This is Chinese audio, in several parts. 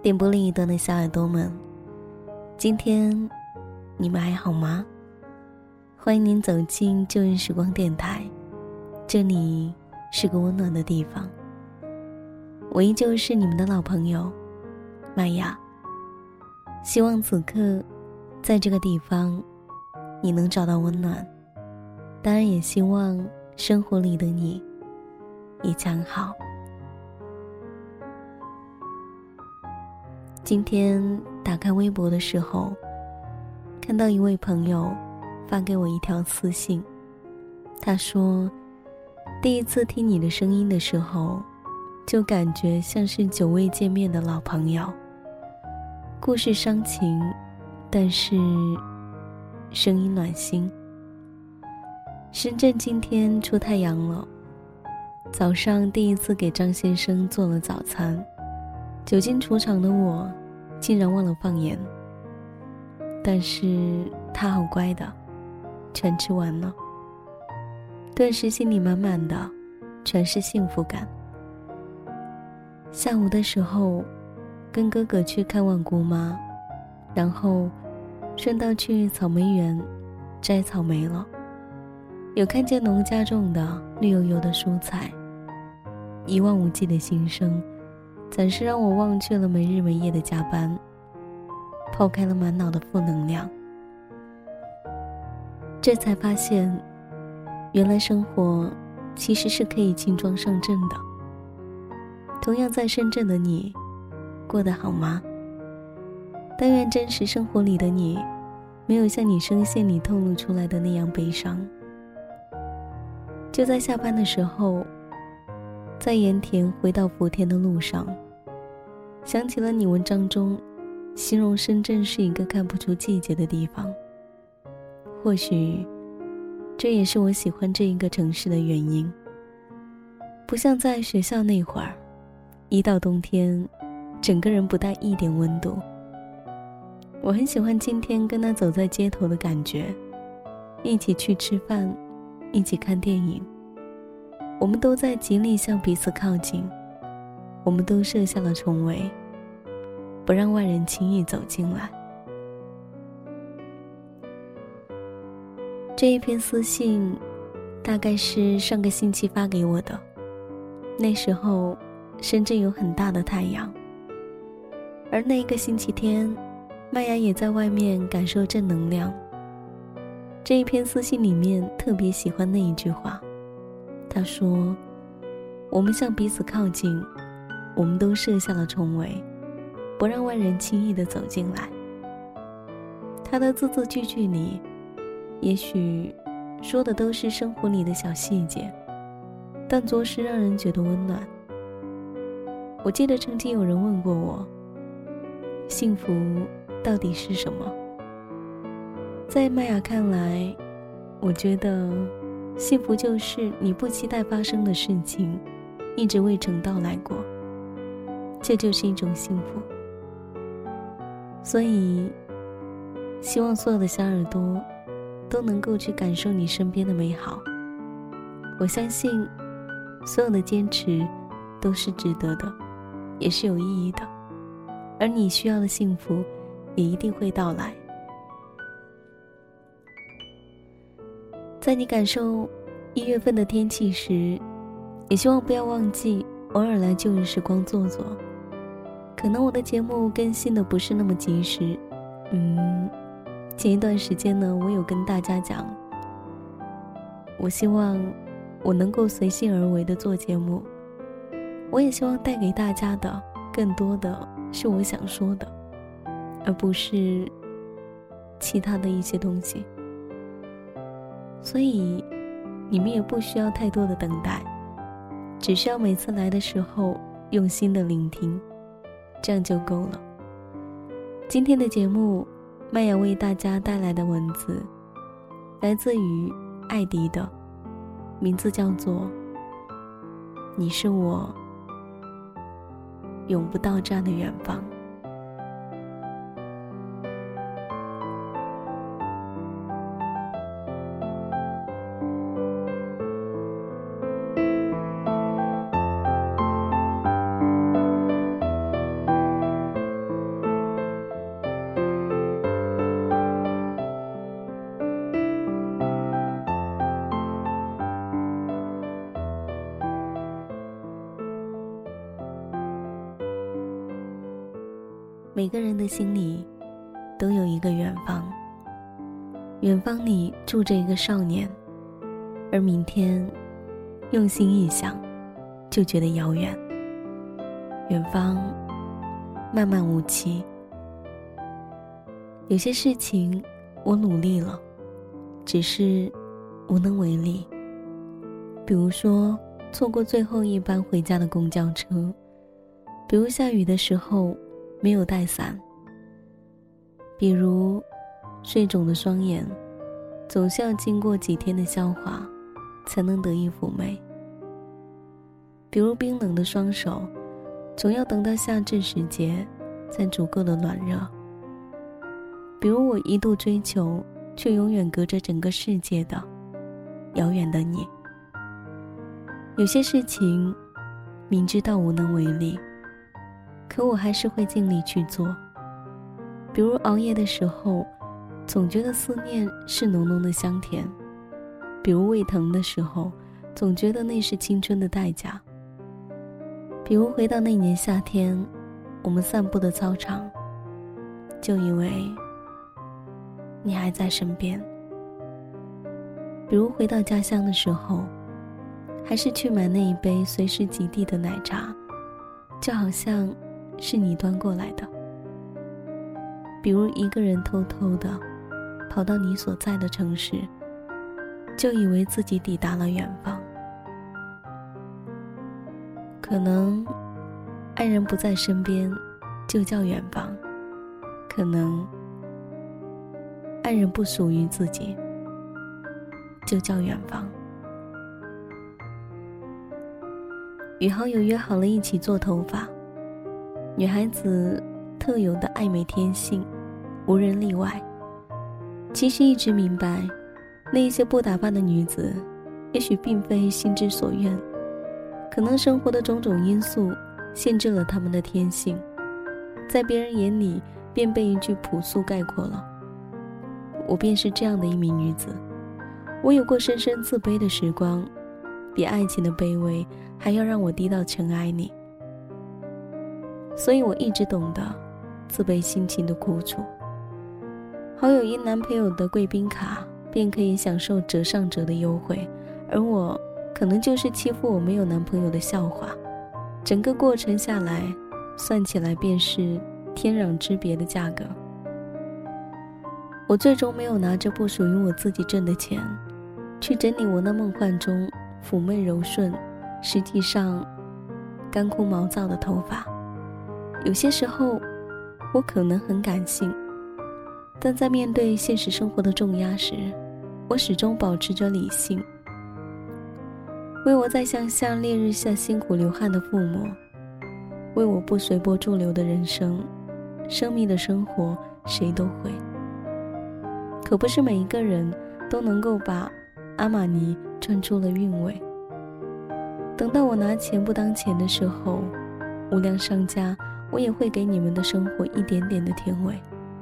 电波另一端的小耳朵们，今天你们还好吗？欢迎您走进旧日时光电台，这里是个温暖的地方。我依旧是你们的老朋友麦雅，希望此刻在这个地方你能找到温暖，当然也希望生活里的你一切好。今天打开微博的时候，看到一位朋友发给我一条私信，他说第一次听你的声音的时候，就感觉像是久未见面的老朋友，故事伤情，但是声音暖心。深圳今天出太阳了，早上第一次给张先生做了早餐，久经厨场的我竟然忘了放盐，但是他好乖的，全吃完了，顿时心里满满的全是幸福感。下午的时候跟哥哥去看望姑妈，然后顺道去草莓园摘草莓了，有看见农家种的绿油油的蔬菜，一望无际的心声暂时让我忘却了没日没夜的加班，抛开了满脑的负能量。这才发现原来生活其实是可以轻装上阵的。同样在深圳的你过得好吗？但愿真实生活里的你没有像你声线里透露出来的那样悲伤。就在下班的时候，在盐田回到福田的路上，想起了你文章中形容深圳是一个看不出季节的地方。或许这也是我喜欢这一个城市的原因。不像在学校那会儿，一到冬天整个人不带一点温度。我很喜欢今天跟他走在街头的感觉，一起去吃饭，一起看电影，我们都在极力向彼此靠近，我们都设下了重围，不让外人轻易走进来。这一篇私信大概是上个星期发给我的，那时候深圳有很大的太阳，而那个星期天麦雅也在外面感受正能量。这一篇私信里面特别喜欢那一句话，他说我们向彼此靠近，我们都设下了重围，不让外人轻易地走进来。他的字字句句里也许说的都是生活里的小细节，但着实让人觉得温暖。我记得曾经有人问过我，幸福到底是什么？在麦雅看来，我觉得幸福就是你不期待发生的事情一直未曾到来过，这就是一种幸福。所以希望所有的小耳朵都能够去感受你身边的美好。我相信所有的坚持都是值得的，也是有意义的，而你需要的幸福也一定会到来。在你感受1月份的天气时，也希望不要忘记偶尔来旧日时光坐坐。可能我的节目更新的不是那么及时，前一段时间呢，我有跟大家讲，我希望我能够随心而为的做节目，我也希望带给大家的更多的是我想说的，而不是其他的一些东西。所以你们也不需要太多的等待，只需要每次来的时候用心的聆听，这样就够了。今天的节目麦雅为大家带来的文字来自于艾迪的，名字叫做你是我永不到站的远方。 每个人的心里都有一个远方，远方里住着一个少年，而明天用心一想就觉得遥远。远方漫漫无期，有些事情我努力了，只是无能为力。比如说错过最后一班回家的公交车，比如下雨的时候没有带伞，比如水肿的双眼总是要经过几天的消化才能得以抚慰，比如冰冷的双手总要等到夏至时节才足够的暖热，比如我一度追求却永远隔着整个世界的遥远的你。有些事情明知道无能为力，可我还是会尽力去做。比如熬夜的时候总觉得思念是浓浓的香甜，比如胃疼的时候总觉得那是青春的代价，比如回到那年夏天我们散步的操场，就以为你还在身边。比如回到家乡的时候，还是去买那一杯随时即地的奶茶，就好像是你端过来的。比如一个人偷偷的跑到你所在的城市，就以为自己抵达了远方。可能爱人不在身边就叫远方，可能爱人不属于自己就叫远方。与好友约好了一起做头发，女孩子特有的爱美天性无人例外。其实一直明白，那一些不打扮的女子也许并非心之所愿，可能生活的种种因素限制了她们的天性，在别人眼里便被一句朴素概括了。我便是这样的一名女子，我有过深深自卑的时光，比爱情的卑微还要让我低到尘埃里，所以我一直懂得自卑心情的苦楚。好友因男朋友的贵宾卡便可以享受折上折的优惠，而我可能就是欺负我没有男朋友的笑话。整个过程下来，算起来便是天壤之别的价格。我最终没有拿着不属于我自己挣的钱去整理我那梦幻中妩媚柔顺，实际上干枯毛躁的头发。有些时候我可能很感性，但在面对现实生活的重压时，我始终保持着理性。为我在向夏烈日下辛苦流汗的父母，为我不随波逐流的人生，生命的生活谁都会。可不是每一个人都能够把阿玛尼穿出了韵味。等到我拿钱不当钱的时候，无良商家，我也会给你们的生活一点点的甜味。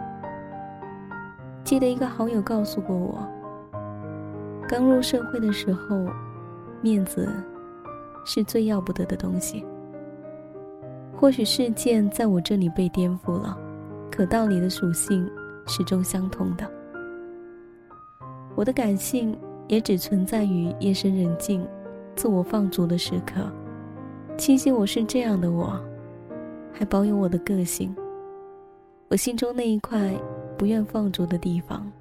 记得一个好友告诉过我，刚入社会的时候，面子是最要不得的东西。或许事件在我这里被颠覆了，可道理的属性始终相同的。我的感性也只存在于夜深人静自我放逐的时刻，庆幸我是这样的我，还保有我的个性，我心中那一块不愿放逐的地方。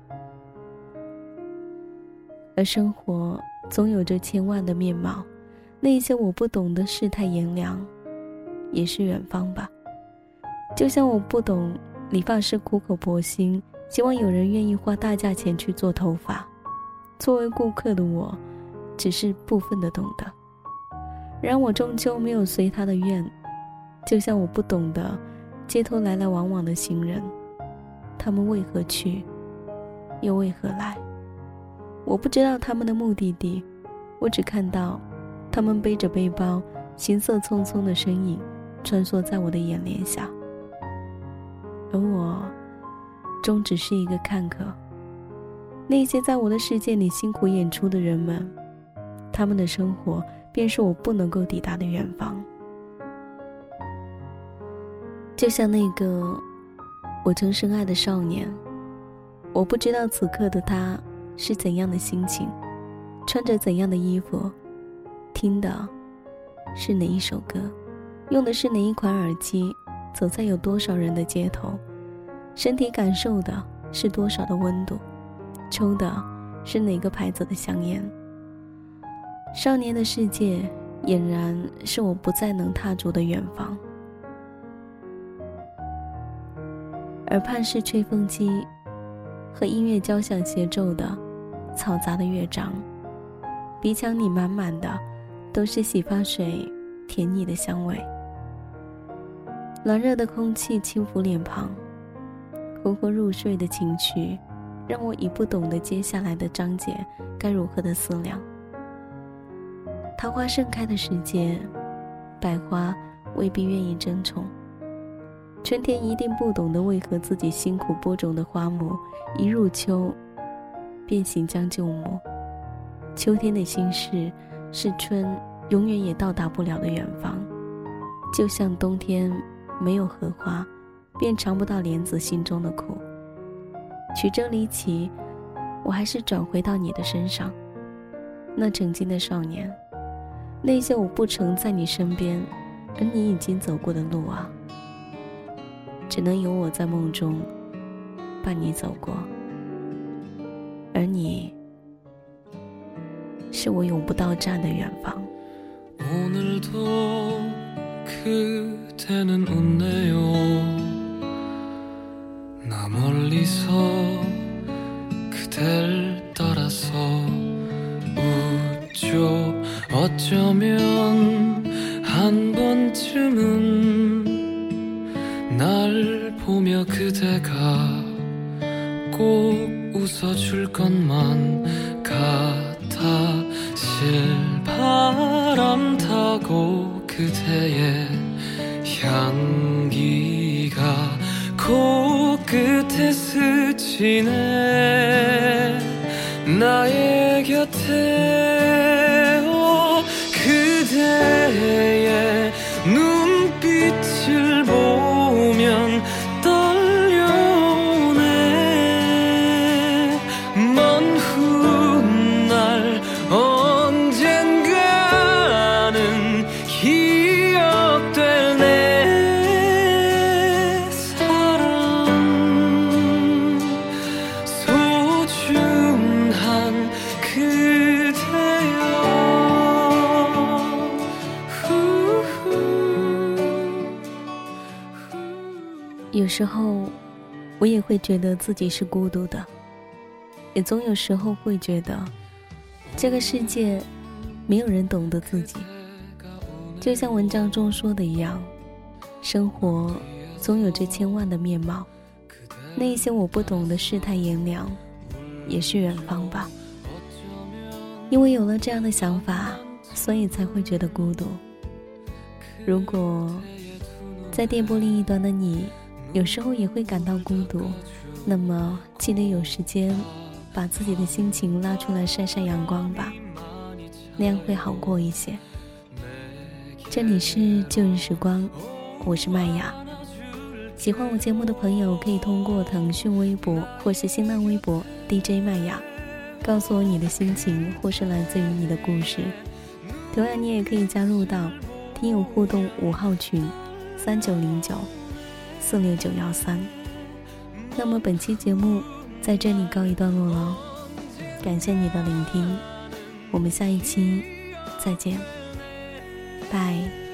而生活总有着千万的面貌，那一些我不懂的世态炎凉也是远方吧。就像我不懂理发师苦口婆心希望有人愿意花大价钱去做头发，作为顾客的我只是部分的懂得，然我终究没有随他的愿。就像我不懂得街头来来往往的行人，他们为何去又为何来，我不知道他们的目的地，我只看到他们背着背包行色匆匆的身影穿梭在我的眼帘下，而我终只是一个看客。那些在我的世界里辛苦演出的人们，他们的生活便是我不能够抵达的远方。就像那个我曾深爱的少年，我不知道此刻的他是怎样的心情，穿着怎样的衣服，听的是哪一首歌，用的是哪一款耳机，走在有多少人的街头，身体感受的是多少的温度，抽的是哪个牌子的香烟。少年的世界俨然是我不再能踏足的远方，耳畔是吹风机和音乐交响协奏的嘈杂的乐章，鼻腔里满满的都是洗发水甜腻的香味，暖热的空气轻拂脸庞，昏昏入睡的情绪让我已不懂得接下来的章节该如何的思量。桃花盛开的时节，百花未必愿意争宠，春天一定不懂得为何自己辛苦播种的花木一入秋便行将就木，秋天的心事是春永远也到达不了的远方，就像冬天没有荷花便尝不到莲子心中的苦。曲折离奇，我还是转回到你的身上，那曾经的少年，那些我不曾在你身边而你已经走过的路啊，只能有我在梦中伴你走过，而你是我永不到站的远方。 오늘도 그대는 웃네요. 나 멀리서 그댈 따라서 웃죠. 어쩌면 한 번쯤은 날 보며 그대가 꼭 웃어줄 것만 같아. 실바람 타고 그대의 향기가 코끝에 스치네. 나의 곁에 그대의 눈빛을 보면 떨려오네. 먼 훗날 언젠가는 기억될 내 사랑, 소중한 그대여. 有时候我也会觉得自己是孤独的，也总有时候会觉得这个世界没有人懂得自己。就像文章中说的一样，生活总有着千万的面貌，那一些我不懂的世态炎凉也是远方吧。因为有了这样的想法，所以才会觉得孤独。如果在电波另一端的你有时候也会感到孤独，那么记得有时间把自己的心情拉出来晒晒阳光吧，那样会好过一些。这里是旧日时光，我是麦雅。喜欢我节目的朋友可以通过腾讯微博或是新浪微博 DJ 麦雅告诉我你的心情或是来自于你的故事。同样你也可以加入到听友互动5号群3909-46913。那么本期节目在这里告一段落了，感谢你的聆听，我们下一期再见，拜。